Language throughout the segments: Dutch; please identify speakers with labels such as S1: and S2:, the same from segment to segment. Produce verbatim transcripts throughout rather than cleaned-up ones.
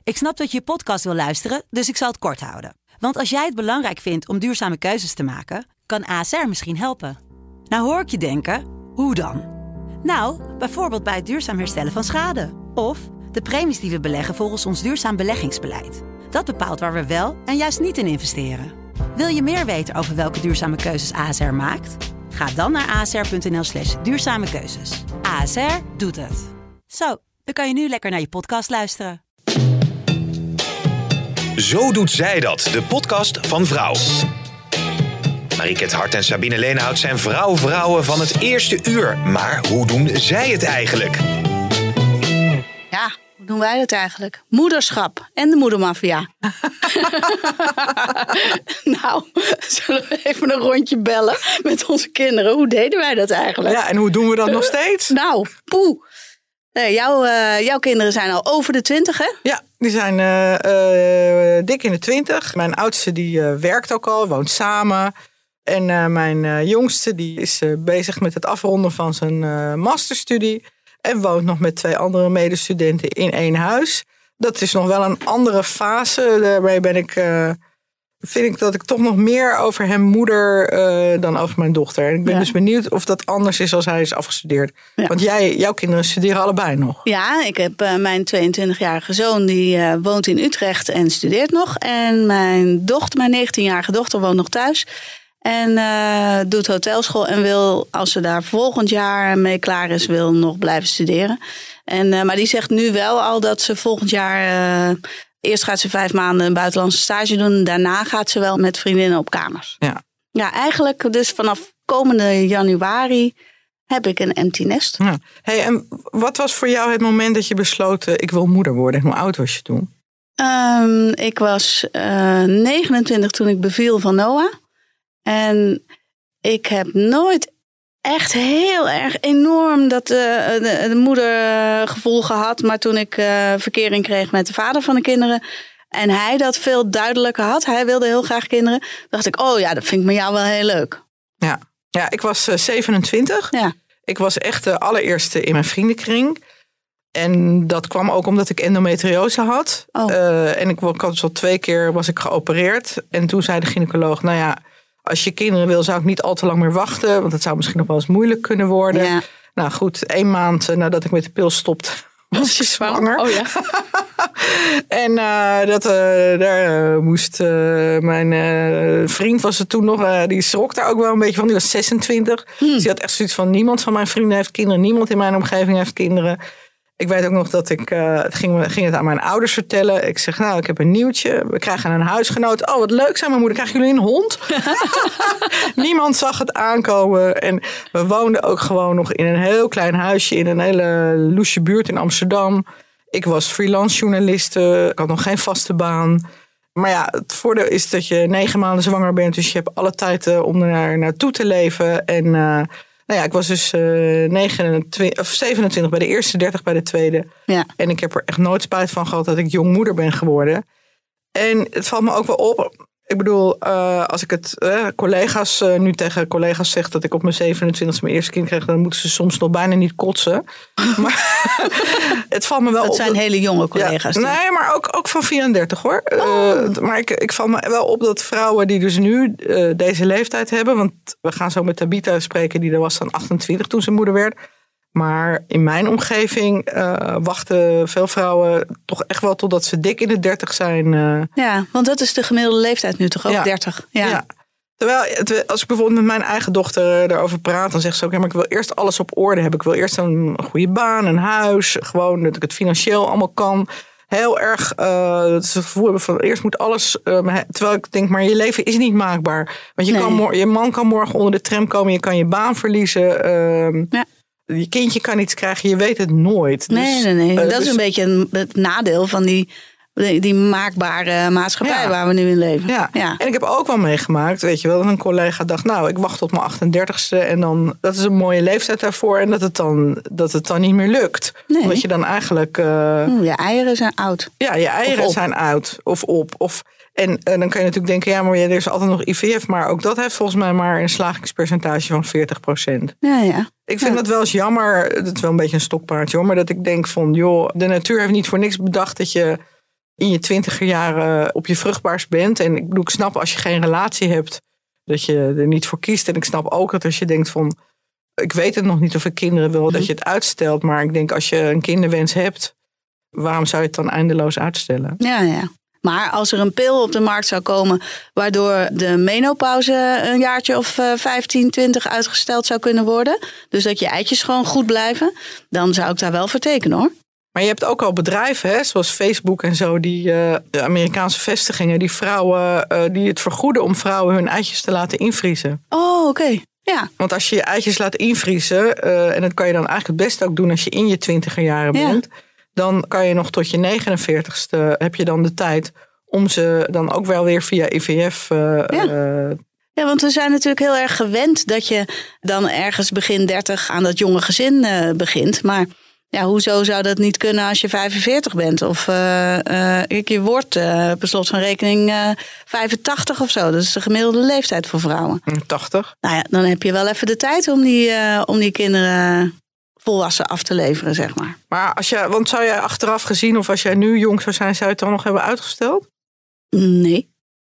S1: Ik snap dat je je podcast wil luisteren, dus ik zal het kort houden. Want als jij het belangrijk vindt om duurzame keuzes te maken, kan A S R misschien helpen. Nou hoor ik je denken, hoe dan? Nou, bijvoorbeeld bij het duurzaam herstellen van schade. Of de premies die we beleggen volgens ons duurzaam beleggingsbeleid. Dat bepaalt waar we wel en juist niet in investeren. Wil je meer weten over welke duurzame keuzes A S R maakt? Ga dan naar asr.nl slash duurzame keuzes. A S R doet het. Zo, dan kan je nu lekker naar je podcast luisteren.
S2: Zo doet zij dat, de podcast van Vrouw. Mariket Hart en Sabine Leenhout zijn vrouw-vrouwen van het eerste uur. Maar hoe doen zij het eigenlijk?
S3: Ja, hoe doen wij dat eigenlijk? Moederschap en de moedermafia. Nou, zullen we even een rondje bellen met onze kinderen? Hoe deden wij dat eigenlijk?
S4: Ja, en hoe doen we dat nog steeds?
S3: Nou, poeh. Nee, jouw, uh, jouw kinderen zijn al over de twintig, hè?
S4: Ja, die zijn uh, uh, dik in de twintig. Mijn oudste die uh, werkt ook al, woont samen. En uh, mijn uh, jongste die is uh, bezig met het afronden van zijn uh, masterstudie. En woont nog met twee andere medestudenten in één huis. Dat is nog wel een andere fase. Daarbij ben ik, uh, vind ik dat ik toch nog meer over hem moeder uh, dan over mijn dochter. En ik ben ja. dus benieuwd of dat anders is als hij is afgestudeerd. Ja. Want jij, jouw kinderen studeren allebei nog.
S3: Ja, ik heb uh, mijn tweeëntwintigjarige zoon die uh, woont in Utrecht en studeert nog. En mijn dochter, mijn negentienjarige dochter woont nog thuis. En uh, doet hotelschool en wil, als ze daar volgend jaar mee klaar is, wil nog blijven studeren. En, uh, maar die zegt nu wel al dat ze volgend jaar... Uh, eerst gaat ze vijf maanden een buitenlandse stage doen. Daarna gaat ze wel met vriendinnen op kamers.
S4: Ja,
S3: ja eigenlijk dus vanaf komende januari heb ik een empty nest.
S4: Ja. Hey, en wat was voor jou het moment dat je besloot, uh, ik wil moeder worden? Hoe oud was je toen?
S3: Um, ik was uh, negenentwintig toen ik beviel van Noah. En ik heb nooit echt heel erg enorm dat uh, de, de moedergevoel gehad. Maar toen ik uh, verkering kreeg met de vader van de kinderen en hij dat veel duidelijker had, hij wilde heel graag kinderen, dacht ik, oh ja, dat vind ik met jou wel heel leuk.
S4: Ja, ja ik was uh, zevenentwintig.
S3: Ja.
S4: Ik was echt de allereerste in mijn vriendenkring. En dat kwam ook omdat ik endometriose had.
S3: Oh.
S4: Uh, en ik, ik had dus al twee keer was ik geopereerd. En toen zei de gynaecoloog, nou ja, als je kinderen wil, zou ik niet al te lang meer wachten. Want het zou misschien nog wel eens moeilijk kunnen worden.
S3: Ja.
S4: Nou goed, één maand nadat ik met de pil stopte, was je zwanger.
S3: Oh ja.
S4: En uh, dat, uh, daar uh, moest uh, mijn uh, vriend was er toen nog. Uh, die schrok daar ook wel een beetje van. Die was zesentwintig. Hmm. Dus die had echt zoiets van, niemand van mijn vrienden heeft kinderen. Niemand in mijn omgeving heeft kinderen. Ik weet ook nog dat ik, uh, het ging, ging het aan mijn ouders vertellen. Ik zeg, nou, ik heb een nieuwtje. We krijgen een huisgenoot. Oh, wat leuk, zei mijn moeder. Krijgen jullie een hond? Niemand zag het aankomen. En we woonden ook gewoon nog in een heel klein huisje in een hele loesje buurt in Amsterdam. Ik was freelance journaliste. Ik had nog geen vaste baan. Maar ja, het voordeel is dat je negen maanden zwanger bent. Dus je hebt alle tijd uh, om er naartoe te leven. En uh, nou ja, ik was dus uh, negenentwintig, of zevenentwintig bij de eerste, dertig bij de tweede.
S3: Ja.
S4: En ik heb er echt nooit spijt van gehad dat ik jongmoeder ben geworden. En het valt me ook wel op. Ik bedoel, uh, als ik het uh, collega's uh, nu tegen collega's zeg dat ik op mijn zevenentwintigste mijn eerste kind kreeg, dan moeten ze soms nog bijna niet kotsen. Maar het valt me wel
S3: dat
S4: op.
S3: Dat zijn hele jonge collega's.
S4: Ja, nee, maar ook, ook van vierendertig hoor.
S3: Oh.
S4: Uh, maar ik, ik val me wel op dat vrouwen die dus nu uh, deze leeftijd hebben, want we gaan zo met Tabitha spreken, die er was dan achtentwintig toen ze moeder werd. Maar in mijn omgeving uh, wachten veel vrouwen toch echt wel totdat ze dik in de dertig zijn. Uh.
S3: Ja, want dat is de gemiddelde leeftijd nu toch ook,
S4: ja.
S3: dertig. Ja.
S4: Ja. Terwijl, het, als ik bijvoorbeeld met mijn eigen dochter daarover praat, dan zegt ze ook, ja, maar ik wil eerst alles op orde hebben. Ik wil eerst een goede baan, een huis, gewoon dat ik het financieel allemaal kan. Heel erg, uh, dat ze het gevoel hebben van eerst moet alles. Uh, terwijl ik denk, maar je leven is niet maakbaar. Want je,
S3: nee.
S4: kan, je man kan morgen onder de tram komen, je kan je baan verliezen. Uh,
S3: ja.
S4: Je kindje kan iets krijgen, je weet het nooit.
S3: Nee,
S4: dus,
S3: nee, nee.
S4: Uh,
S3: dat
S4: dus,
S3: is een beetje een, het nadeel van die, die, die maakbare maatschappij ja. waar we nu in leven.
S4: Ja.
S3: Ja.
S4: En ik heb ook wel meegemaakt, weet je wel, dat een collega dacht, nou, ik wacht tot mijn achtendertigste en dan, dat is een mooie leeftijd daarvoor en dat het dan, dat het dan niet meer lukt.
S3: Nee.
S4: Omdat je dan eigenlijk... Uh,
S3: Oeh, je eieren zijn oud.
S4: Ja, je eieren zijn oud of op. Of, en uh, dan kan je natuurlijk denken, ja, maar er is altijd nog I V F, maar ook dat heeft volgens mij maar een slagingspercentage van veertig procent.
S3: Ja, ja.
S4: Ik vind
S3: ja.
S4: dat wel eens jammer, dat is wel een beetje een stokpaardje hoor, maar dat ik denk van, joh, de natuur heeft niet voor niks bedacht dat je in je twintiger jaren op je vruchtbaarst bent. En ik bedoel, ik snap als je geen relatie hebt, dat je er niet voor kiest. En ik snap ook dat als je denkt van, ik weet het nog niet of ik kinderen wil, dat je het uitstelt. Maar ik denk, als je een kinderwens hebt, waarom zou je het dan eindeloos uitstellen?
S3: Ja, ja. Maar als er een pil op de markt zou komen waardoor de menopauze een jaartje of vijftien, twintig uitgesteld zou kunnen worden, dus dat je eitjes gewoon goed blijven, dan zou ik daar wel voor tekenen, hoor.
S4: Maar je hebt ook al bedrijven, hè, zoals Facebook en zo, die uh, de Amerikaanse vestigingen, die vrouwen, uh, die het vergoeden om vrouwen hun eitjes te laten invriezen.
S3: Oh, oké. Okay. Ja.
S4: Want als je je eitjes laat invriezen, uh, en dat kan je dan eigenlijk het beste ook doen als je in je twintiger jaren bent, ja. Dan kan je nog tot je negenenveertigste heb je dan de tijd om ze dan ook wel weer via I V F... Uh,
S3: ja. Uh, ja, want we zijn natuurlijk heel erg gewend dat je dan ergens begin dertig aan dat jonge gezin uh, begint. Maar ja, hoezo zou dat niet kunnen als je vijfenveertig bent? Of uh, uh, je wordt uh, per slot van rekening uh, vijfentachtig of zo. Dat is de gemiddelde leeftijd voor vrouwen.
S4: tachtig.
S3: Nou ja, dan heb je wel even de tijd om die, uh, om die kinderen volwassen af te leveren, zeg maar.
S4: Maar als je, want zou jij achteraf gezien, of als jij nu jong zou zijn, zou je het dan nog hebben uitgesteld?
S3: Nee.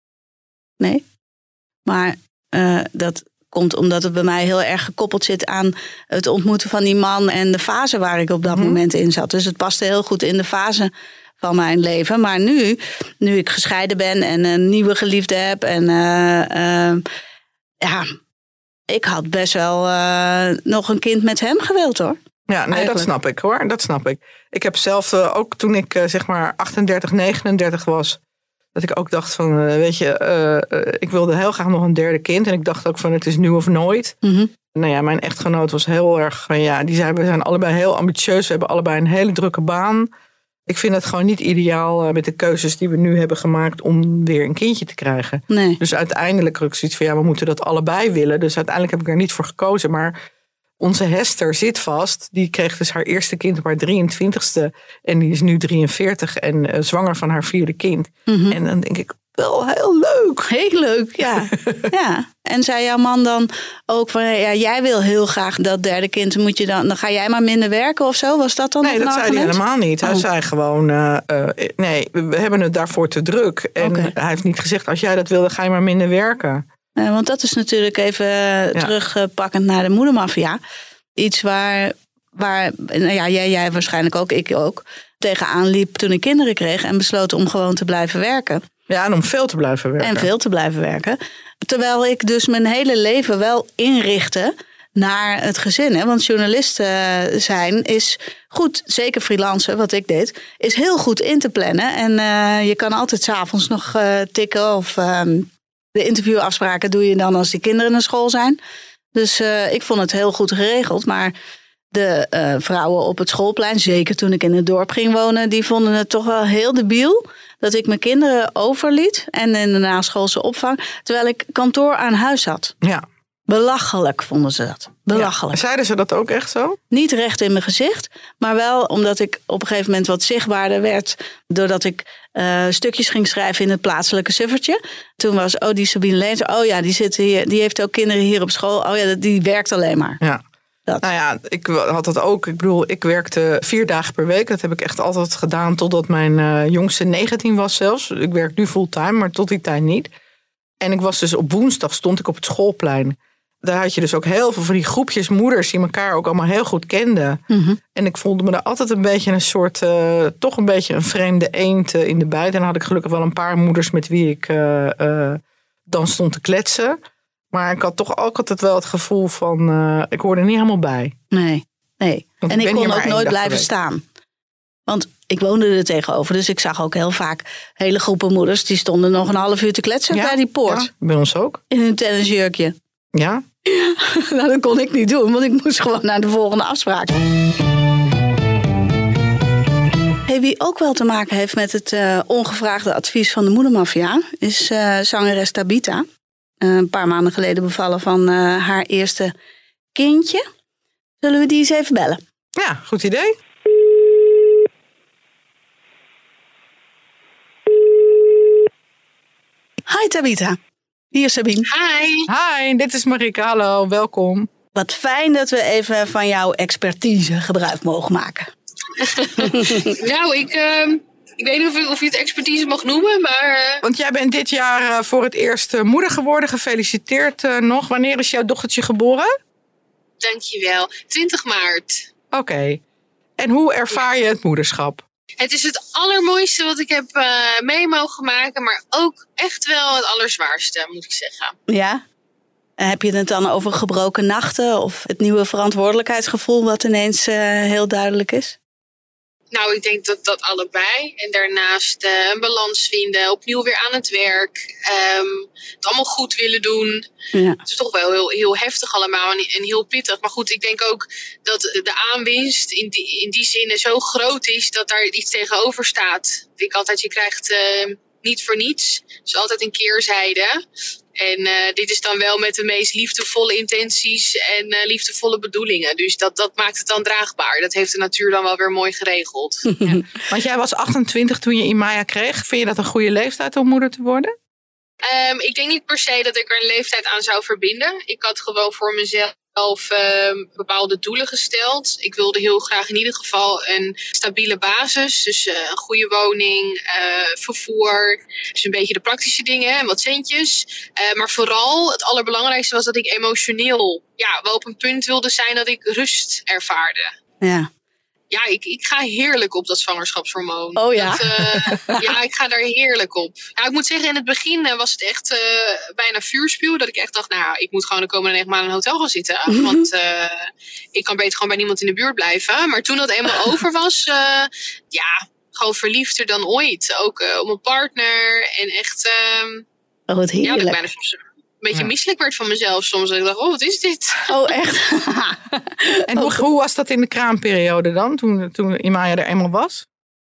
S3: Nee. Maar uh, dat komt omdat het bij mij heel erg gekoppeld zit aan het ontmoeten van die man en de fase waar ik op dat mm-hmm. moment in zat. Dus het paste heel goed in de fase van mijn leven. Maar nu, nu ik gescheiden ben en een nieuwe geliefde heb en uh, uh, ja, ik had best wel uh, nog een kind met hem gewild, hoor.
S4: Ja, nee, Eigenlijk. dat snap ik, hoor. Dat snap ik. Ik heb zelf uh, ook toen ik uh, zeg maar achtendertig, negenendertig was, dat ik ook dacht van, uh, weet je, uh, uh, ik wilde heel graag nog een derde kind. En ik dacht ook van, het is nu of nooit.
S3: Mm-hmm.
S4: Nou ja, mijn echtgenoot was heel erg, uh, ja, die zei, we zijn allebei heel ambitieus. We hebben allebei een hele drukke baan. Ik vind het gewoon niet ideaal uh, met de keuzes die we nu hebben gemaakt om weer een kindje te krijgen.
S3: Nee.
S4: Dus uiteindelijk heb ik zoiets van, ja, we moeten dat allebei willen. Dus uiteindelijk heb ik er niet voor gekozen. Maar onze Hester zit vast. Die kreeg dus haar eerste kind op haar drieëntwintigste. En die is nu drieënveertig en uh, zwanger van haar vierde kind.
S3: Mm-hmm.
S4: En dan denk ik, wel heel leuk.
S3: Heel leuk, ja. ja. En zei jouw man dan ook van, ja, jij wil heel graag dat derde kind, moet je dan, dan ga jij maar minder werken of zo? Was dat dan
S4: Nee,
S3: een
S4: dat
S3: argument?
S4: zei hij helemaal niet. Hij
S3: oh.
S4: zei gewoon, uh, uh, nee, we hebben het daarvoor te druk. En okay. hij heeft niet gezegd, als jij dat wil, dan ga je maar minder werken.
S3: Uh, want dat is natuurlijk even uh, ja. terugpakkend naar de moedermafia. Iets waar, waar nou ja, jij, jij waarschijnlijk ook, ik ook, tegenaan liep toen ik kinderen kreeg en besloot om gewoon te blijven werken.
S4: Ja, en om veel te blijven werken.
S3: En veel te blijven werken. Terwijl ik dus mijn hele leven wel inrichtte naar het gezin. Hè? Want journalisten zijn is goed, zeker freelancen, wat ik deed, is heel goed in te plannen. En uh, je kan altijd 's avonds nog uh, tikken of uh, de interviewafspraken doe je dan als die kinderen naar school zijn. Dus uh, ik vond het heel goed geregeld. Maar de uh, vrouwen op het schoolplein, zeker toen ik in het dorp ging wonen, die vonden het toch wel heel debiel dat ik mijn kinderen overliet en in de naschoolse opvang, terwijl ik kantoor aan huis had.
S4: Ja.
S3: Belachelijk vonden ze dat. Belachelijk.
S4: Ja. Zeiden ze dat ook echt zo?
S3: Niet recht in mijn gezicht, maar wel omdat ik op een gegeven moment wat zichtbaarder werd, doordat ik uh, stukjes ging schrijven in het plaatselijke suffertje. Toen was, oh, die Sabine Leens, oh ja, die, zit hier, die heeft ook kinderen hier op school. Oh ja, die werkt alleen maar.
S4: Ja.
S3: Dat.
S4: Nou ja, ik had dat ook. Ik bedoel, ik werkte vier dagen per week. Dat heb ik echt altijd gedaan totdat mijn uh, jongste negentien was zelfs. Ik werk nu fulltime, maar tot die tijd niet. En ik was dus op woensdag stond ik op het schoolplein. Daar had je dus ook heel veel van die groepjes moeders die elkaar ook allemaal heel goed kenden.
S3: Mm-hmm.
S4: En ik voelde me daar altijd een beetje een soort, uh, toch een beetje een vreemde eend uh, in de bijt. En dan had ik gelukkig wel een paar moeders met wie ik uh, uh, dan stond te kletsen. Maar ik had toch ook altijd wel het gevoel van, uh, ik hoorde er niet helemaal bij.
S3: Nee, nee.
S4: Want
S3: en
S4: ik,
S3: ik
S4: ben
S3: kon ook nooit blijven staan. Want ik woonde er tegenover, dus ik zag ook heel vaak hele groepen moeders die stonden nog een half uur te kletsen
S4: ja,
S3: bij die poort.
S4: Ja, bij ons ook.
S3: In een tennisjurkje.
S4: Ja?
S3: Ja, nou, dat kon ik niet doen, want ik moest gewoon naar de volgende afspraak. Hey, wie ook wel te maken heeft met het uh, ongevraagde advies van de moedermafia is uh, zangeres Tabita. Uh, een paar maanden geleden bevallen van uh, haar eerste kindje. Zullen we die eens even bellen?
S4: Ja, goed idee.
S3: Hi Tabita, hier is Sabine.
S5: Hi.
S4: Hi, dit is Marieke. Hallo, welkom.
S3: Wat fijn dat we even van jouw expertise gebruik mogen maken.
S5: nou, ik, uh, Ik weet niet of, of je het expertise mag noemen, maar...
S4: Want jij bent dit jaar uh, voor het eerst uh, moeder geworden. Gefeliciteerd uh, nog. Wanneer is jouw dochtertje geboren?
S5: Dankjewel. twintig maart.
S4: Oké. Okay. En hoe ervaar je het moederschap?
S5: Het is het allermooiste wat ik heb uh, mee mogen maken, maar ook echt wel het allerzwaarste, moet ik zeggen.
S3: Ja? En heb je het dan over gebroken nachten of het nieuwe verantwoordelijkheidsgevoel wat ineens uh, heel duidelijk is?
S5: Nou, ik denk dat dat allebei. En daarnaast uh, een balans vinden, opnieuw weer aan het werk. Um, het allemaal goed willen doen. Ja. Het is toch wel heel, heel heftig allemaal en, en heel pittig. Maar goed, ik denk ook dat de aanwinst in die, in die zin zo groot is dat daar iets tegenover staat. Ik denk altijd, je krijgt uh, niet voor niets. Dus altijd een keerzijde. En uh, dit is dan wel met de meest liefdevolle intenties en uh, liefdevolle bedoelingen. Dus dat, dat maakt het dan draagbaar. Dat heeft de natuur dan wel weer mooi geregeld.
S4: Ja. Want jij was achtentwintig toen je Imaya kreeg. Vind je dat een goede leeftijd om moeder te worden?
S5: Um, ik denk niet per se dat ik er een leeftijd aan zou verbinden. Ik had gewoon voor mezelf um, bepaalde doelen gesteld. Ik wilde heel graag in ieder geval een stabiele basis. Dus uh, een goede woning, uh, vervoer. Dus een beetje de praktische dingen en wat centjes. Uh, maar vooral het allerbelangrijkste was dat ik emotioneel ja, wel op een punt wilde zijn dat ik rust ervaarde.
S3: Ja.
S5: Ja, ik, ik ga heerlijk op dat zwangerschapshormoon.
S3: Oh ja?
S5: Dat, uh, ja, ik ga daar heerlijk op. Nou, ik moet zeggen, in het begin uh, was het echt uh, bijna vuurspuw. Dat ik echt dacht, nou, ik moet gewoon de komende negen maanden in een hotel gaan zitten. Mm-hmm. Want uh, ik kan beter gewoon bij niemand in de buurt blijven. Maar toen dat eenmaal over was, uh, ja, gewoon verliefder dan ooit. Ook uh, op mijn partner en echt... Uh,
S3: oh, wat heerlijk.
S5: Ja, bijna een beetje ja. misselijk werd van mezelf soms. En ik dacht, oh, wat is dit?
S3: Oh, echt?
S4: En hoe, hoe was dat in de kraamperiode dan, toen, toen Imaya er eenmaal was?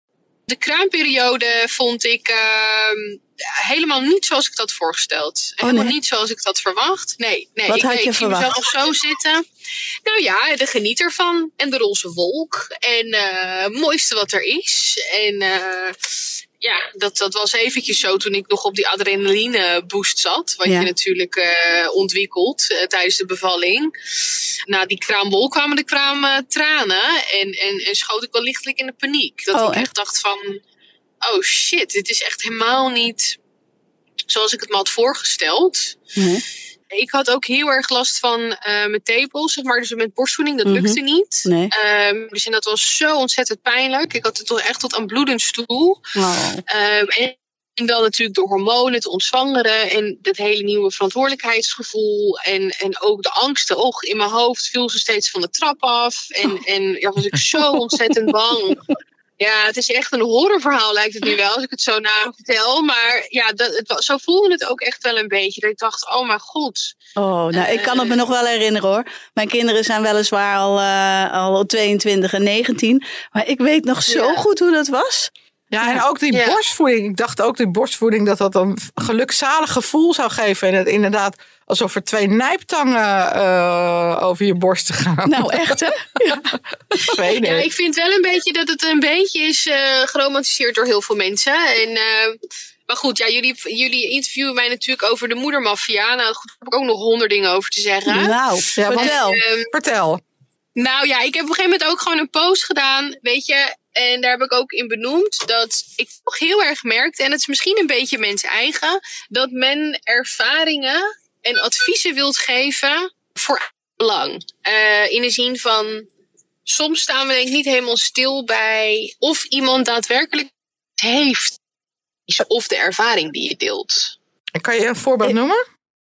S5: De kraamperiode vond ik uh, helemaal niet zoals ik het had voorgesteld. Oh, helemaal nee. niet zoals ik het had verwacht. Nee, nee.
S3: Wat
S5: ik,
S3: had
S5: nee,
S3: je
S5: ik zie
S3: verwacht?
S5: mezelf zo zitten. Nou ja, de geniet ervan. En de roze wolk. En uh, het mooiste wat er is. En... Uh, Ja, dat, dat was eventjes zo toen ik nog op die adrenaline boost zat. Wat ja. je natuurlijk uh, ontwikkelt uh, tijdens de bevalling. Na die kraambol kwamen de kraam uh, tranen. En, en, en schoot ik wel lichtelijk in de paniek. Dat oh, ik echt, echt dacht van... Oh shit, dit is echt helemaal niet zoals ik het me had voorgesteld. Mm-hmm. Ik had ook heel erg last van uh, mijn tepels, zeg maar. Dus met borstvoeding, dat mm-hmm. lukte niet. Nee. Um, dus en dat was zo ontzettend pijnlijk. Ik had het toch echt tot aan bloedens toe. Oh. Um, en, en dan natuurlijk door hormonen, het ontzwangeren en dat hele nieuwe verantwoordelijkheidsgevoel. En, en ook de angsten. Och, in mijn hoofd viel ze steeds van de trap af. En, oh. en ja, was ik zo ontzettend bang. Ja, het is echt een horrorverhaal lijkt het nu wel, als ik het zo na vertel. Maar ja, dat, het, zo voelde het ook echt wel een beetje. Dat ik dacht, oh mijn god.
S3: Oh, nou, uh, ik kan het me nog wel herinneren hoor. Mijn kinderen zijn weliswaar al, uh, al tweeëntwintig en negentien. Maar ik weet nog zo ja. goed hoe dat was.
S4: Ja, en ook die ja. borstvoeding. Ik dacht ook die borstvoeding dat dat een gelukzalig gevoel zou geven. En het inderdaad alsof er twee nijptangen uh, over je borsten gaan.
S3: Nou, echt hè? Ja.
S5: Ik, ja, ik vind wel een beetje dat het een beetje is uh, geromantiseerd door heel veel mensen. En, uh, maar goed, ja, jullie, jullie interviewen mij natuurlijk over de moedermafia. Nou, daar heb ik ook nog honderd dingen over te zeggen.
S3: Nou, ja, vertel.
S5: En, um,
S4: vertel.
S5: Nou ja, ik heb op een gegeven moment ook gewoon een post gedaan, weet je. En daar heb ik ook in benoemd dat ik toch heel erg merkte, en het is misschien een beetje mens eigen, dat men ervaringen en adviezen wilt geven voor belang. Uh, in de zin van, soms staan we denk ik niet helemaal stil bij of iemand daadwerkelijk heeft. Of de ervaring die je deelt.
S4: En kan je een voorbeeld noemen?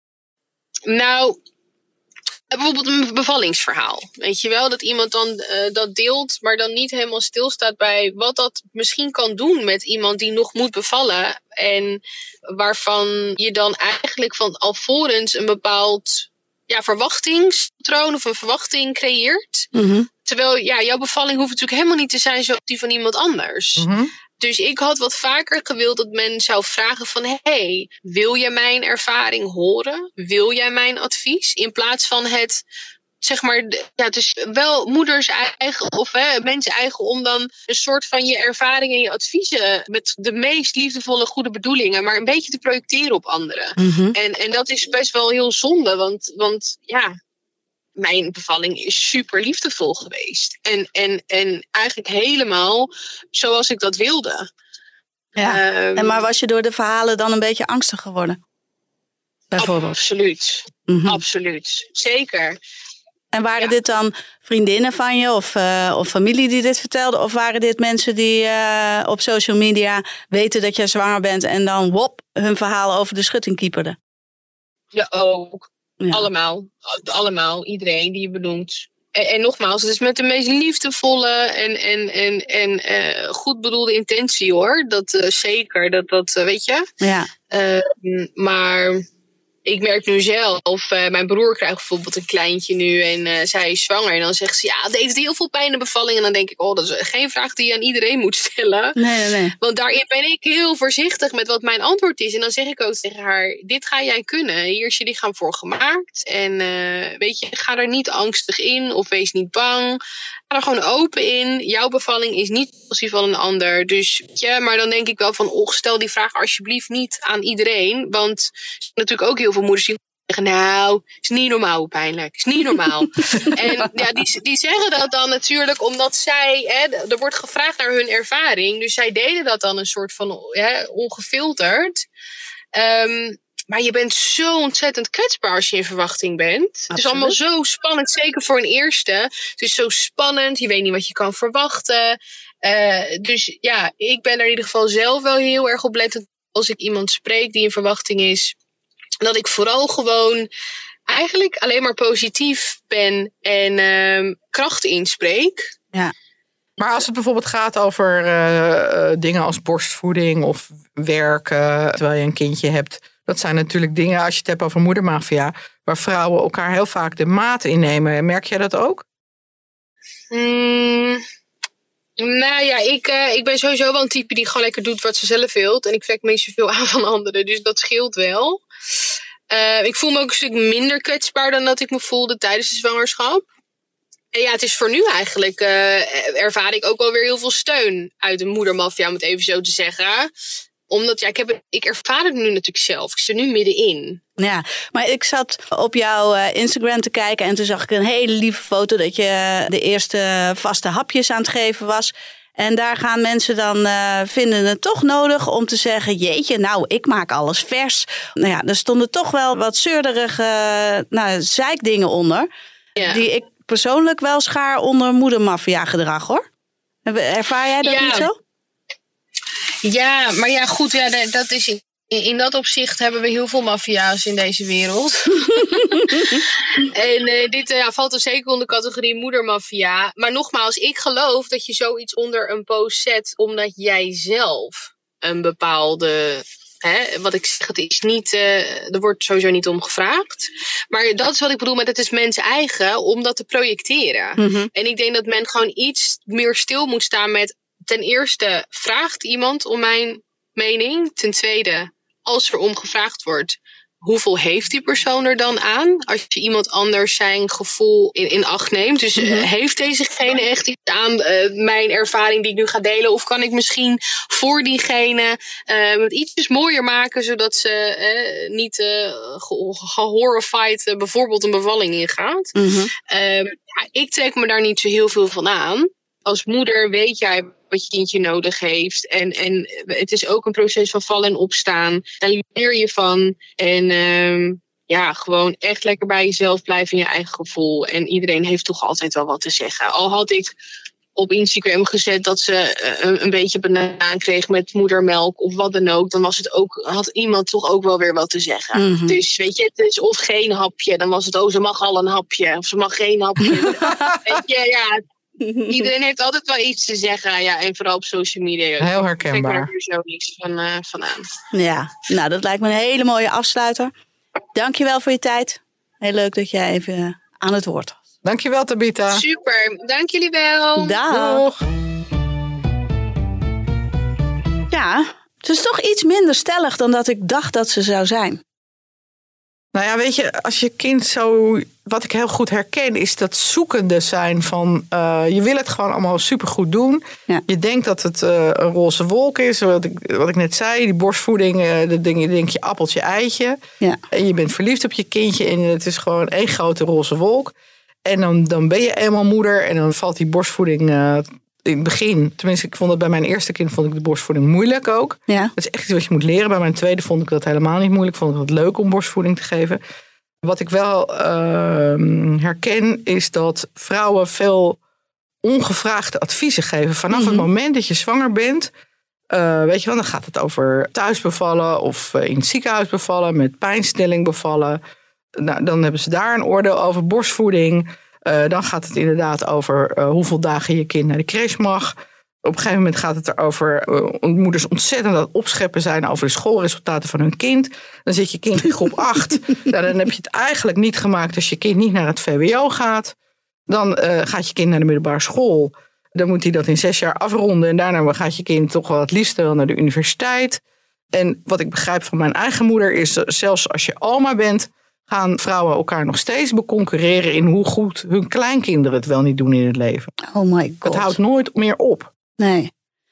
S5: Nou, bijvoorbeeld een bevallingsverhaal. Weet je wel, dat iemand dan uh, dat deelt, maar dan niet helemaal stilstaat bij wat dat misschien kan doen met iemand die nog moet bevallen. En waarvan je dan eigenlijk van alvorens een bepaald ja, verwachtingspatroon of een verwachting creëert. Mm-hmm. Terwijl ja, jouw bevalling hoeft natuurlijk helemaal niet te zijn zoals die van iemand anders. Mm-hmm. Dus ik had wat vaker gewild dat men zou vragen van, hey, wil jij mijn ervaring horen? Wil jij mijn advies? In plaats van het, zeg maar, ja, het is wel moeders eigen of hè, mensen eigen om dan een soort van je ervaring en je adviezen met de meest liefdevolle goede bedoelingen, maar een beetje te projecteren op anderen. Mm-hmm. En, en dat is best wel heel zonde, want, want ja, mijn bevalling is super liefdevol geweest. En, en, en eigenlijk helemaal zoals ik dat wilde.
S3: Ja.
S5: Um,
S3: en maar was je door de verhalen dan een beetje angstig geworden? Bijvoorbeeld.
S5: Absoluut. Mm-hmm. Absoluut. Zeker.
S3: En waren
S5: ja.
S3: dit dan vriendinnen van je of, uh, of familie die dit vertelde? Of waren dit mensen die uh, op social media weten dat jij zwanger bent en dan wop hun verhaal over de schutting kieperden?
S5: Ja, ook. Ja. Allemaal. Allemaal. Iedereen die je benoemt. En, en nogmaals, het is met de meest liefdevolle en, en, en, en uh, goed bedoelde intentie hoor. Dat uh, zeker. Dat, dat uh, weet je.
S3: Ja.
S5: Uh, maar ik merk nu zelf, uh, mijn broer krijgt bijvoorbeeld een kleintje nu en uh, zij is zwanger. En dan zegt ze, ja, het deed heel veel pijn in de bevalling. En dan denk ik, oh, dat is geen vraag die je aan iedereen moet stellen.
S3: Nee, nee, nee.
S5: Want daarin ben ik heel voorzichtig met wat mijn antwoord is. En dan zeg ik ook tegen haar, dit ga jij kunnen. Hier is je lichaam voor gemaakt. En uh, weet je, ga er niet angstig in of wees niet bang. Ga er gewoon open in. Jouw bevalling is niet als die van een ander. Dus ja, maar dan denk ik wel van, oh, stel die vraag alsjeblieft niet aan iedereen. Want er zijn natuurlijk ook heel veel moeders die zeggen, nou, is niet normaal pijnlijk. Is niet normaal. En ja, die, die zeggen dat dan natuurlijk omdat zij, hè, er wordt gevraagd naar hun ervaring. Dus zij deden dat dan een soort van hè, ongefilterd. Um, Maar je bent zo ontzettend kwetsbaar als je in verwachting bent. Absoluut. Het is allemaal zo spannend, zeker voor een eerste. Het is zo spannend, je weet niet wat je kan verwachten. Uh, dus ja, ik ben er in ieder geval zelf wel heel erg op lettend als ik iemand spreek die in verwachting is. Dat ik vooral gewoon eigenlijk alleen maar positief ben en uh, kracht inspreek.
S3: Ja.
S4: Maar als het bijvoorbeeld gaat over uh, dingen als borstvoeding of werken terwijl je een kindje hebt. Dat zijn natuurlijk dingen, als je het hebt over moedermafia, waar vrouwen elkaar heel vaak de maat innemen. Merk jij dat ook?
S5: Mm, nou ja, ik, uh, ik ben sowieso wel een type die gewoon lekker doet wat ze zelf wil. En ik trek me niet zoveel aan van anderen, dus dat scheelt wel. Uh, ik voel me ook een stuk minder kwetsbaar dan dat ik me voelde tijdens de zwangerschap. En ja, het is voor nu eigenlijk, uh, ervaar ik ook wel weer heel veel steun uit de moedermafia, om het even zo te zeggen. Omdat, ja, ik, heb, ik ervaar het nu natuurlijk zelf. Ik zit er nu middenin.
S3: Ja, maar ik zat op jouw uh, Instagram te kijken en toen zag ik een hele lieve foto dat je de eerste vaste hapjes aan het geven was. En daar gaan mensen dan uh, vinden het toch nodig om te zeggen, jeetje, nou, ik maak alles vers. Nou ja, er stonden toch wel wat zeurderige uh, nou, zeikdingen onder. Ja. Die ik persoonlijk wel schaar onder moedermafia gedrag, hoor. Ervaar jij dat ja. niet zo?
S5: Ja, maar ja, goed, ja, dat is in, in dat opzicht hebben we heel veel maffia's in deze wereld. en uh, dit uh, ja, valt er zeker onder de categorie moedermafia. Maar nogmaals, ik geloof dat je zoiets onder een post zet omdat jij zelf een bepaalde, hè, wat ik zeg, het is niet, uh, er wordt sowieso niet om gevraagd. Maar dat is wat ik bedoel met het is mensen eigen om dat te projecteren. Mm-hmm. En ik denk dat men gewoon iets meer stil moet staan met, ten eerste, vraagt iemand om mijn mening? Ten tweede, als er om gevraagd wordt, hoeveel heeft die persoon er dan aan? Als je iemand anders zijn gevoel in, in acht neemt. Dus mm-hmm. uh, heeft dezegene echt iets aan uh, mijn ervaring die ik nu ga delen? Of kan ik misschien voor diegene uh, het ietsjes mooier maken, zodat ze uh, niet uh, gehorrified uh, bijvoorbeeld een bevalling ingaat? Mm-hmm. Uh, ja, ik trek me daar niet zo heel veel van aan. Als moeder weet jij wat je kindje nodig heeft. En, en het is ook een proces van vallen en opstaan. Daar leer je van. En um, ja, gewoon echt lekker bij jezelf blijven in je eigen gevoel. En iedereen heeft toch altijd wel wat te zeggen. Al had ik op Instagram gezet dat ze uh, een beetje banaan kreeg met moedermelk of wat dan ook. Dan was het ook, had iemand toch ook wel weer wat te zeggen. Mm-hmm. Dus weet je, het is of geen hapje. Dan was het, oh, ze mag al een hapje. Of ze mag geen hapje. Weet je, ja. Iedereen heeft altijd wel iets te zeggen. Ja, en vooral op social media.
S4: Heel herkenbaar.
S5: Ik trek er zo niks van, uh, van aan.
S3: Ja, nou dat lijkt me een hele mooie afsluiter. Dankjewel voor je tijd. Heel leuk dat jij even aan het woord was.
S4: Dankjewel, Tabitha.
S5: Super, dank jullie wel.
S3: Dag. Doeg. Ja, het is toch iets minder stellig dan dat ik dacht dat ze zou zijn.
S4: Nou ja, weet je, als je kind zo, wat ik heel goed herken, is dat zoekende zijn van, uh, je wil het gewoon allemaal supergoed doen. Ja. Je denkt dat het uh, een roze wolk is, wat ik, wat ik net zei, die borstvoeding, uh, dat denk je, denk je appeltje, eitje. Ja. En je bent verliefd op je kindje en het is gewoon één grote roze wolk. En dan, dan ben je eenmaal moeder en dan valt die borstvoeding uh, in het begin, tenminste ik vond het bij mijn eerste kind, vond ik de borstvoeding moeilijk ook.
S3: Ja.
S4: Dat is echt iets wat je moet leren. Bij mijn tweede vond ik dat helemaal niet moeilijk. Vond ik het leuk om borstvoeding te geven. Wat ik wel uh, herken is dat vrouwen veel ongevraagde adviezen geven. Vanaf mm-hmm. het moment dat je zwanger bent, uh, weet je wel, dan gaat het over thuis bevallen of uh, in het ziekenhuis bevallen, met pijnstilling bevallen. Nou, dan hebben ze daar een oordeel over borstvoeding. Uh, dan gaat het inderdaad over uh, hoeveel dagen je kind naar de crash mag. Op een gegeven moment gaat het erover uh, moeders ontzettend aan het opscheppen zijn over de schoolresultaten van hun kind. Dan zit je kind in groep acht. Nou, dan heb je het eigenlijk niet gemaakt als je kind niet naar het V W O gaat. Dan uh, gaat je kind naar de middelbare school. Dan moet hij dat in zes jaar afronden. En daarna gaat je kind toch wel het liefst wel naar de universiteit. En wat ik begrijp van mijn eigen moeder is, uh, zelfs als je oma bent, gaan vrouwen elkaar nog steeds beconcurreren in hoe goed hun kleinkinderen het wel niet doen in het leven.
S3: Oh my god.
S4: Het houdt nooit meer op.
S3: Nee.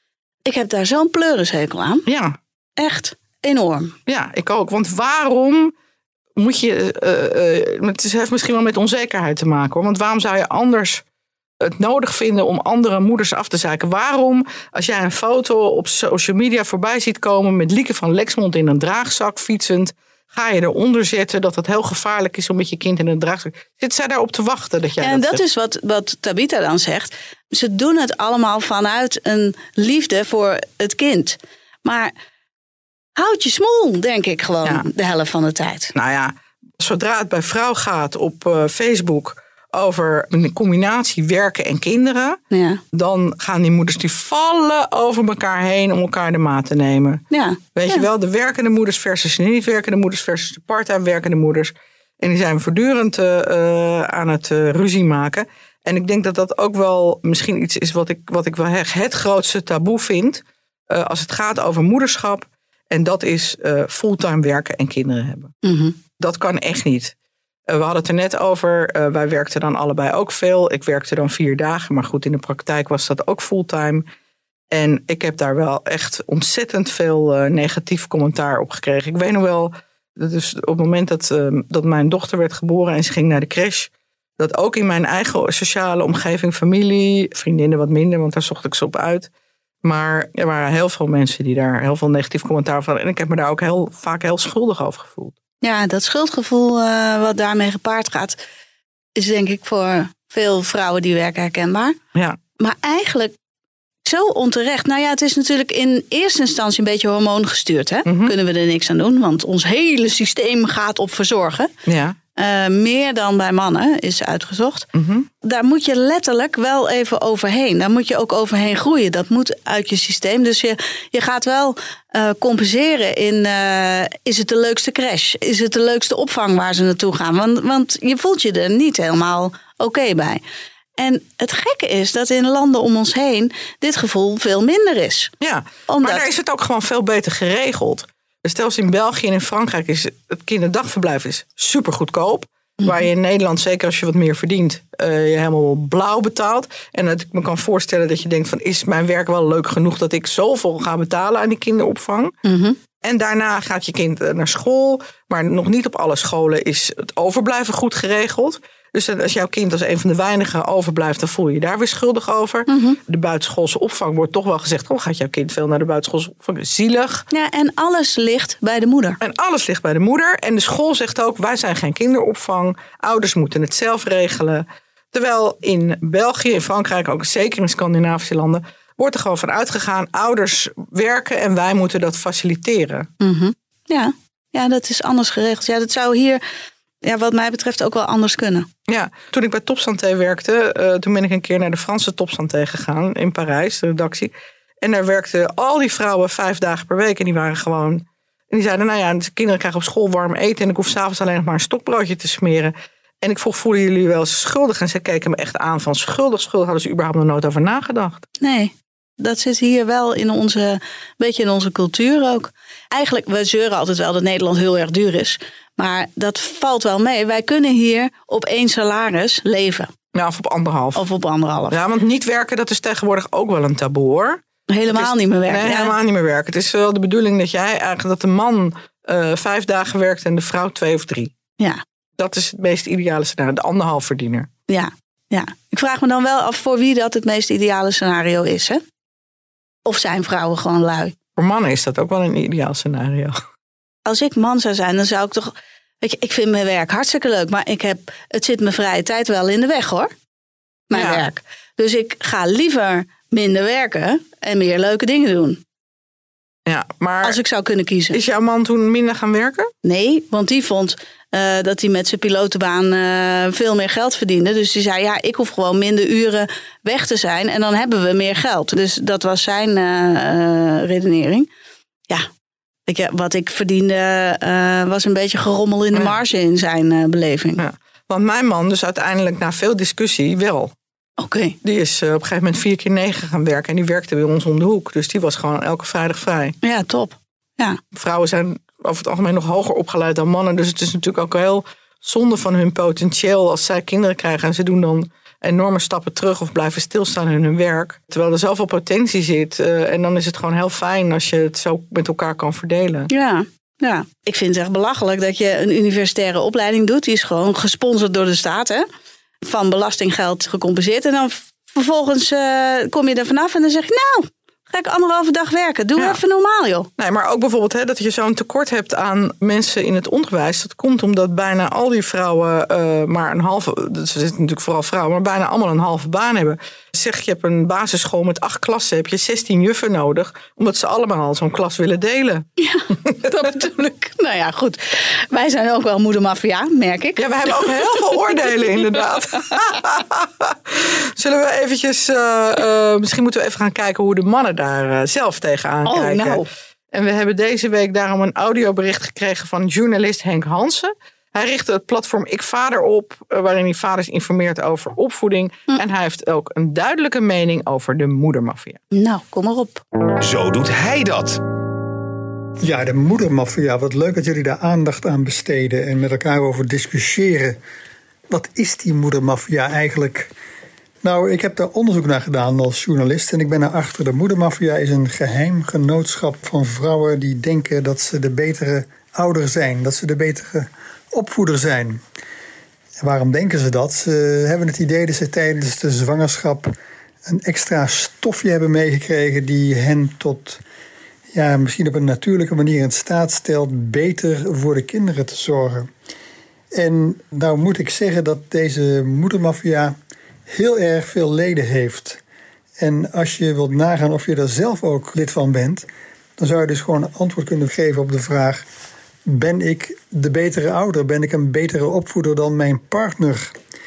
S3: Ik heb daar zo'n pleurishekel aan.
S4: Ja.
S3: Echt enorm.
S4: Ja, ik ook. Want waarom moet je... Uh, uh, het heeft misschien wel met onzekerheid te maken, hoor. Want waarom zou je anders het nodig vinden om andere moeders af te zeiken? Waarom, als jij een foto op social media voorbij ziet komen met Lieke van Lexmond in een draagzak fietsend, ga je eronder zetten dat het heel gevaarlijk is om met je kind in een draagzak. Zit zij daarop te wachten dat jij
S3: ja, en
S4: dat
S3: dat
S4: zegt?
S3: is wat, wat Tabitha dan zegt. Ze doen het allemaal vanuit een liefde voor het kind. Maar houd je smoel, denk ik gewoon, ja. de helft van de tijd.
S4: Nou ja, zodra het bij vrouw gaat op uh, Facebook over een combinatie werken en kinderen, ja. dan gaan die moeders die vallen over elkaar heen om elkaar de maat te nemen.
S3: Ja.
S4: Weet
S3: ja.
S4: je wel, de werkende moeders versus de niet werkende moeders versus de part-time werkende moeders. En die zijn voortdurend uh, aan het uh, ruzie maken. En ik denk dat dat ook wel misschien iets is wat ik, wat ik wel het grootste taboe vind uh, als het gaat over moederschap. En dat is uh, fulltime werken en kinderen hebben.
S3: Mm-hmm.
S4: Dat kan echt niet. Uh, we hadden het er net over. Uh, wij werkten dan allebei ook veel. Ik werkte dan vier dagen. Maar goed, in de praktijk was dat ook fulltime. En ik heb daar wel echt ontzettend veel uh, negatief commentaar op gekregen. Ik weet nog wel, dus op het moment dat, uh, dat mijn dochter werd geboren en ze ging naar de crash, dat ook in mijn eigen sociale omgeving, familie, vriendinnen wat minder, want daar zocht ik ze op uit. Maar er waren heel veel mensen die daar heel veel negatief commentaar van. En ik heb me daar ook heel vaak heel schuldig over gevoeld.
S3: Ja, dat schuldgevoel uh, wat daarmee gepaard gaat, is denk ik voor veel vrouwen die werken herkenbaar.
S4: Ja.
S3: Maar eigenlijk zo onterecht. Nou ja, het is natuurlijk in eerste instantie een beetje hormoongestuurd. Hè? Mm-hmm. Kunnen we er niks aan doen, want ons hele systeem gaat op verzorgen.
S4: Ja.
S3: Uh, meer dan bij mannen is uitgezocht.
S4: Mm-hmm.
S3: Daar moet je letterlijk wel even overheen. Daar moet je ook overheen groeien. Dat moet uit je systeem. Dus je, je gaat wel uh, compenseren in, uh, is het de leukste crash? Is het de leukste opvang waar ze naartoe gaan? Want, want je voelt je er niet helemaal oké okay bij. En het gekke is dat in landen om ons heen dit gevoel veel minder is.
S4: Ja,
S3: Omdat...
S4: maar daar is het ook gewoon veel beter geregeld. Stel in België en in Frankrijk is het kinderdagverblijf is super goedkoop. Mm-hmm. Waar je in Nederland, zeker als je wat meer verdient, uh, je helemaal blauw betaalt. En dat ik me kan voorstellen dat je denkt van, is mijn werk wel leuk genoeg dat ik zoveel ga betalen aan die kinderopvang?
S3: Mm-hmm.
S4: En daarna gaat je kind naar school. Maar nog niet op alle scholen is het overblijven goed geregeld. Dus als jouw kind als een van de weinigen overblijft, dan voel je je daar weer schuldig over.
S3: Mm-hmm.
S4: De buitenschoolse opvang wordt toch wel gezegd, oh, gaat jouw kind veel naar de buitenschoolse opvang? Zielig.
S3: Ja, en alles ligt bij de moeder.
S4: En alles ligt bij de moeder. En de school zegt ook, wij zijn geen kinderopvang. Ouders moeten het zelf regelen. Terwijl in België, in Frankrijk, ook zeker in Scandinavische landen, wordt er gewoon van uitgegaan, ouders werken en wij moeten dat faciliteren.
S3: Mm-hmm. Ja. ja, dat is anders geregeld. Ja, dat zou hier, ja, wat mij betreft, ook wel anders kunnen.
S4: Ja, toen ik bij Topsanté werkte, uh, toen ben ik een keer naar de Franse Topsanté gegaan in Parijs, de redactie. En daar werkten al die vrouwen vijf dagen per week en die waren gewoon, en die zeiden, nou ja, de kinderen krijgen op school warm eten en ik hoef 's avonds alleen nog maar een stokbroodje te smeren. En ik vroeg, voelen jullie wel eens schuldig? En ze keken me echt aan van schuldig, schuldig. Hadden ze überhaupt nog nooit over nagedacht?
S3: Nee, dat zit hier wel in onze, een beetje in onze cultuur ook. Eigenlijk, we zeuren altijd wel dat Nederland heel erg duur is. Maar dat valt wel mee. Wij kunnen hier op één salaris leven.
S4: Ja, of op anderhalf.
S3: Of op anderhalf.
S4: Ja, want niet werken, dat is tegenwoordig ook wel een taboe, hoor.
S3: Helemaal
S4: is,
S3: niet meer werken.
S4: Nee,
S3: ja.
S4: helemaal niet meer werken. Het is wel de bedoeling dat jij eigenlijk dat de man uh, vijf dagen werkt en de vrouw twee of drie.
S3: Ja.
S4: Dat is het meest ideale scenario. De anderhalf verdiener.
S3: Ja, Ja, ik vraag me dan wel af voor wie dat het meest ideale scenario is, hè? Of zijn vrouwen gewoon lui?
S4: Voor mannen is dat ook wel een ideaal scenario.
S3: Als ik man zou zijn, dan zou ik toch... Weet je, ik vind mijn werk hartstikke leuk, maar ik heb, het zit mijn vrije tijd wel in de weg, hoor. Mijn
S4: Ja.
S3: werk. Dus ik ga liever minder werken en meer leuke dingen doen.
S4: Ja, maar
S3: Als ik zou kunnen kiezen.
S4: is jouw man toen minder gaan werken?
S3: Nee, want die vond uh, dat hij met zijn pilotenbaan uh, veel meer geld verdiende. Dus die zei, ja, ik hoef gewoon minder uren weg te zijn en dan hebben we meer geld. Dus dat was zijn uh, uh, redenering. Ja, ik, wat ik verdiende uh, was een beetje gerommel in de marge in zijn uh, beleving.
S4: Ja. Want mijn man dus uiteindelijk na veel discussie wel.
S3: Oké. Okay.
S4: Die is uh, op een gegeven moment vier keer negen gaan werken. En die werkte bij ons om de hoek. Dus die was gewoon elke vrijdag vrij.
S3: Ja, top. Ja.
S4: Vrouwen zijn over het algemeen nog hoger opgeleid dan mannen. Dus het is natuurlijk ook heel zonde van hun potentieel als zij kinderen krijgen. En ze doen dan enorme stappen terug of blijven stilstaan in hun werk. Terwijl er zoveel potentie zit. Uh, en dan is het gewoon heel fijn als je het zo met elkaar kan verdelen.
S3: Ja. Ja, ik vind het echt belachelijk dat je een universitaire opleiding doet. Die is gewoon gesponsord door de staat, hè? Van belastinggeld gecompenseerd. En dan vervolgens uh, kom je er vanaf en dan zeg je... nou, ga ik anderhalve dag werken. Doe ja. even normaal, joh.
S4: Nee, maar ook bijvoorbeeld hè, dat je zo'n tekort hebt aan mensen in het onderwijs. Dat komt omdat bijna al die vrouwen uh, maar een halve... Ze zitten natuurlijk vooral vrouwen, maar bijna allemaal een halve baan hebben. Zeg, je hebt een basisschool met acht klassen, heb je zestien juffen nodig. Omdat ze allemaal zo'n klas willen delen.
S3: Ja, dat bedoel ik. Nou ja, goed. Wij zijn ook wel moedermafia, merk ik.
S4: Ja, we hebben ook heel veel oordelen, inderdaad. Zullen we eventjes... Uh, uh, misschien moeten we even gaan kijken hoe de mannen daar uh, zelf tegenaan
S3: oh,
S4: kijken.
S3: Nou.
S4: En we hebben deze week daarom een audiobericht gekregen van journalist Henk Hansen. Hij richtte het platform Ik Vader op, waarin hij vaders informeert over opvoeding. Hm. En hij heeft ook een duidelijke mening over de moedermafia.
S3: Nou, kom maar op.
S2: Zo doet hij dat.
S6: Ja, de moedermafia. Wat leuk dat jullie daar aandacht aan besteden en met elkaar over discussiëren. Wat is die moedermafia eigenlijk? Nou, ik heb daar onderzoek naar gedaan als journalist en ik ben erachter. De moedermafia is een geheim genootschap van vrouwen die denken dat ze de betere ouder zijn. Dat ze de betere opvoeder zijn. En waarom denken ze dat? Ze hebben het idee dat ze tijdens de zwangerschap een extra stofje hebben meegekregen die hen tot, ja, misschien op een natuurlijke manier in staat stelt beter voor de kinderen te zorgen. En nou moet ik zeggen dat deze moedermafia heel erg veel leden heeft. En als je wilt nagaan of je er zelf ook lid van bent, dan zou je dus gewoon een antwoord kunnen geven op de vraag: ben ik de betere ouder? Ben ik een betere opvoeder dan mijn partner?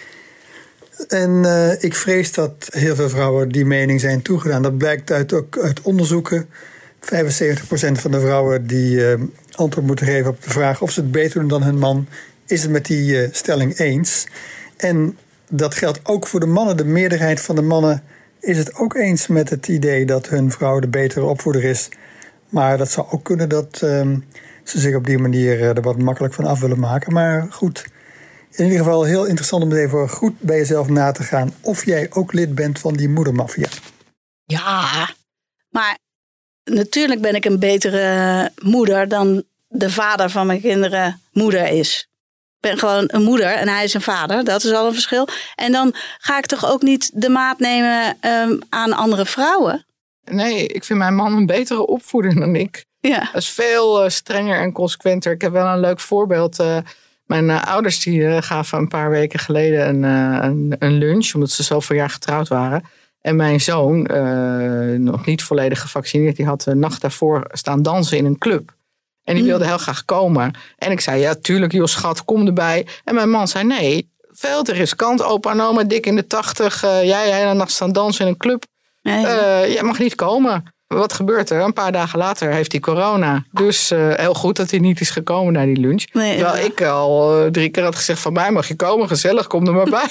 S6: En uh, ik vrees dat heel veel vrouwen die mening zijn toegedaan. Dat blijkt uit, ook uit onderzoeken. vijfenzeventig procent van de vrouwen die uh, antwoord moeten geven op de vraag of ze het beter doen dan hun man, is het met die uh, stelling eens. En dat geldt ook voor de mannen. De meerderheid van de mannen is het ook eens met het idee dat hun vrouw de betere opvoeder is. Maar dat zou ook kunnen dat um, ze zich op die manier er wat makkelijk van af willen maken. Maar goed, in ieder geval heel interessant om even goed bij jezelf na te gaan of jij ook lid bent van die moedermafia.
S3: Ja, maar natuurlijk ben ik een betere moeder dan de vader van mijn kinderen moeder is. Ik ben gewoon een moeder en hij is een vader. Dat is al een verschil. En dan ga ik toch ook niet de maat nemen um, aan andere vrouwen?
S4: Nee, ik vind mijn man een betere opvoeder dan ik.
S3: Ja.
S4: Dat is veel uh, strenger en consequenter. Ik heb wel een leuk voorbeeld. Uh, mijn uh, ouders die uh, gaven een paar weken geleden een, uh, een, een lunch, omdat ze zoveel jaar getrouwd waren. En mijn zoon, uh, nog niet volledig gevaccineerd, die had de nacht daarvoor staan dansen in een club. En die wilde heel graag komen. En ik zei, ja, tuurlijk, joh, schat, kom erbij. En mijn man zei, nee, veel te riskant. Opa en oma, dik in de tachtig. Uh, jij de hele nacht staan dansen in een club. Nee. Uh, jij mag niet komen. Wat gebeurt er? Een paar dagen later heeft hij corona. Dus uh, heel goed dat hij niet is gekomen naar die lunch. Nee, Terwijl ja. ik al uh, drie keer had gezegd van mij mag je komen. Gezellig, kom er maar bij.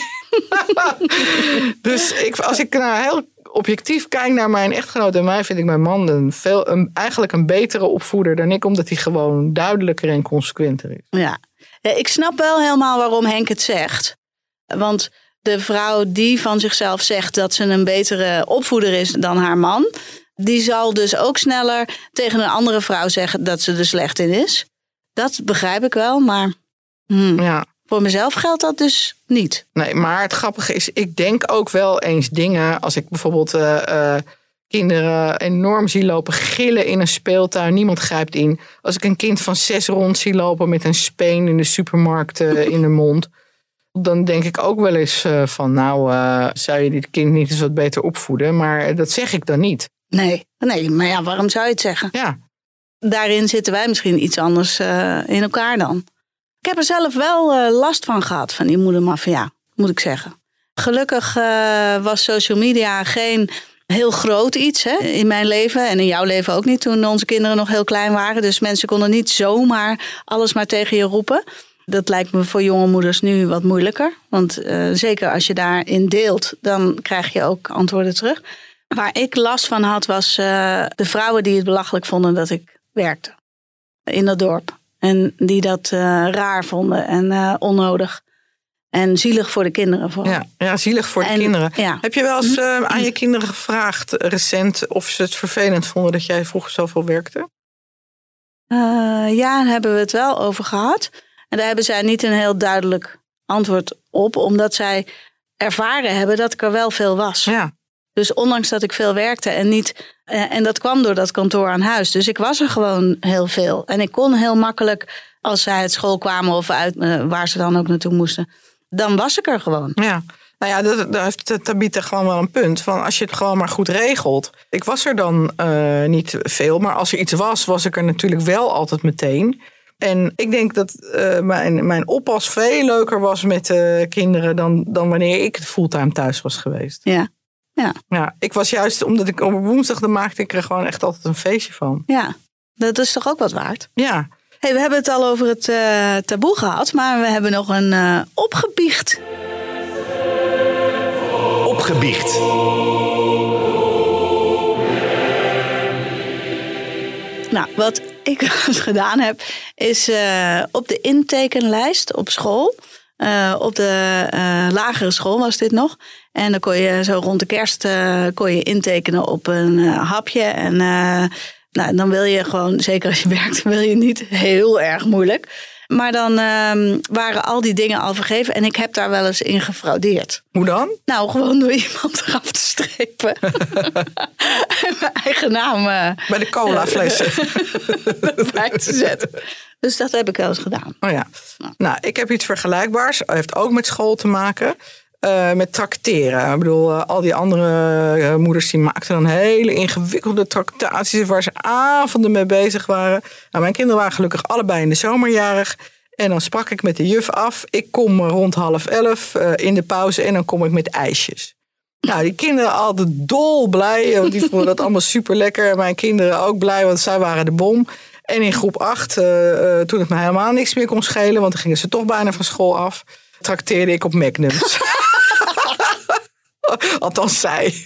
S4: Dus ik, als ik nou heel objectief kijk naar mijn echtgenoot en mij, vind ik mijn man een veel, een, eigenlijk een betere opvoeder dan ik. Omdat hij gewoon duidelijker en consequenter is.
S3: Ja. Ja, ik snap wel helemaal waarom Henk het zegt. Want de vrouw die van zichzelf zegt dat ze een betere opvoeder is dan haar man, die zal dus ook sneller tegen een andere vrouw zeggen dat ze er slecht in is. Dat begrijp ik wel, maar... Hmm.
S4: Ja,
S3: Voor mezelf geldt dat dus niet.
S4: Nee, maar het grappige is, ik denk ook wel eens dingen... als ik bijvoorbeeld uh, uh, kinderen enorm zie lopen gillen in een speeltuin. Niemand grijpt in. Als ik een kind van zes rond zie lopen met een speen in de supermarkt uh, in de mond... dan denk ik ook wel eens uh, van... nou, uh, zou je dit kind niet eens wat beter opvoeden? Maar dat zeg ik dan niet.
S3: Nee, nee, maar ja, waarom zou je het zeggen?
S4: Ja.
S3: Daarin zitten wij misschien iets anders uh, in elkaar dan. Ik heb er zelf wel uh, last van gehad, van die moedermafia, moet ik zeggen. Gelukkig uh, was social media geen heel groot iets hè, in mijn leven. En in jouw leven ook niet, toen onze kinderen nog heel klein waren. Dus mensen konden niet zomaar alles maar tegen je roepen. Dat lijkt me voor jonge moeders nu wat moeilijker. Want uh, zeker als je daarin deelt, dan krijg je ook antwoorden terug. Waar ik last van had, was uh, de vrouwen die het belachelijk vonden dat ik werkte. In dat dorp. En die dat uh, raar vonden en uh, onnodig. En zielig voor de kinderen vooral.
S4: Ja, ja zielig voor de en, kinderen. Ja. Heb je wel eens uh, aan je kinderen gevraagd recent of ze het vervelend vonden dat jij vroeger zoveel werkte?
S3: Uh, ja, daar hebben we het wel over gehad. En daar hebben zij niet een heel duidelijk antwoord op. Omdat zij ervaren hebben dat ik er wel veel was.
S4: Ja.
S3: Dus ondanks dat ik veel werkte en niet... En dat kwam door dat kantoor aan huis. Dus ik was er gewoon heel veel. En ik kon heel makkelijk, als zij uit school kwamen of uit uh, waar ze dan ook naartoe moesten, dan was ik er gewoon.
S4: Ja, nou ja, dat, dat heeft Tabitha gewoon wel een punt. Van als je het gewoon maar goed regelt. Ik was er dan uh, niet veel, maar als er iets was, was ik er natuurlijk wel altijd meteen. En ik denk dat uh, mijn, mijn oppas veel leuker was met uh, kinderen dan, dan wanneer ik fulltime thuis was geweest.
S3: Ja. Ja.
S4: ja, ik was juist, omdat ik op woensdag, dan maakte ik er gewoon echt altijd een feestje van.
S3: Ja, dat is toch ook wat waard?
S4: Ja.
S3: Hey, we hebben het al over het uh, taboe gehad, maar we hebben nog een uh, opgebiecht.
S2: Opgebiecht.
S3: Nou, wat ik gedaan heb, is uh, op de intekenlijst op school... Uh, op de uh, lagere school was dit nog. En dan kon je zo rond de kerst uh, kon je intekenen op een uh, hapje. En uh, nou, dan wil je gewoon, zeker als je werkt, wil je niet heel erg moeilijk. Maar dan uh, waren al die dingen al vergeven. En ik heb daar wel eens in gefraudeerd.
S4: Hoe dan?
S3: Nou, gewoon door iemand eraf te strepen. En mijn eigen naam... Uh,
S4: Bij de colaflessen.
S3: bij te zetten. Dus dat heb ik wel eens gedaan.
S4: Oh ja. Nou, nou ik heb iets vergelijkbaars. Het heeft ook met school te maken. Uh, met trakteren. Ik bedoel, uh, al die andere uh, moeders die maakten dan hele ingewikkelde tractaties waar ze avonden mee bezig waren. Nou, mijn kinderen waren gelukkig allebei in de zomerjarig. En dan sprak ik met de juf af. Ik kom rond half elf uh, in de pauze en dan kom ik met ijsjes. Nou, die kinderen altijd dol blij. Want die vonden dat allemaal super lekker. En mijn kinderen ook blij, want zij waren de bom. En in groep acht, uh, uh, toen het me helemaal niks meer kon schelen, want dan gingen ze toch bijna van school af, trakteerde ik op Magnums. Althans, zij.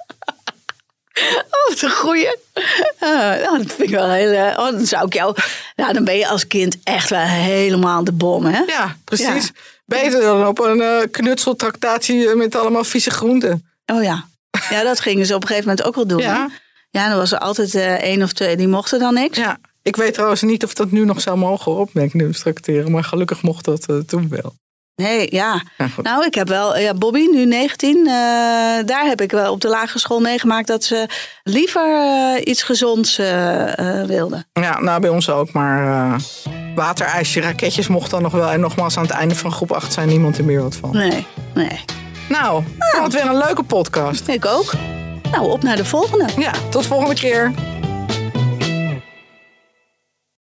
S3: Oh, wat een goeie. Uh, oh, dat vind ik wel heel... Uh, oh, dan zou ik jou... Nou, dan ben je als kind echt wel helemaal de bom, hè?
S4: Ja, precies. Ja. Beter dan op een uh, knutseltractatie met allemaal vieze groenten.
S3: Oh ja. Ja, dat gingen ze op een gegeven moment ook wel doen.
S4: Ja.
S3: Hè? Ja, dan was er altijd uh, één of twee die mochten dan niks.
S4: Ja. Ik weet trouwens niet of dat nu nog zou mogen op Magnums tracteren, maar gelukkig mocht dat uh, toen wel.
S3: Nee, ja. ja nou, ik heb wel... Ja, Bobby, nu negentien. Uh, daar heb ik wel op de lagere school meegemaakt dat ze liever uh, iets gezonds uh, uh, wilden.
S4: Ja, nou bij ons ook. Maar uh, waterijsje, raketjes mocht dan nog wel. En nogmaals, aan het einde van groep acht zijn niemand er meer wat van.
S3: Nee, nee.
S4: Nou, nou. Wat weer een leuke podcast.
S3: Ik ook. Nou, op naar de volgende.
S4: Ja, tot volgende keer.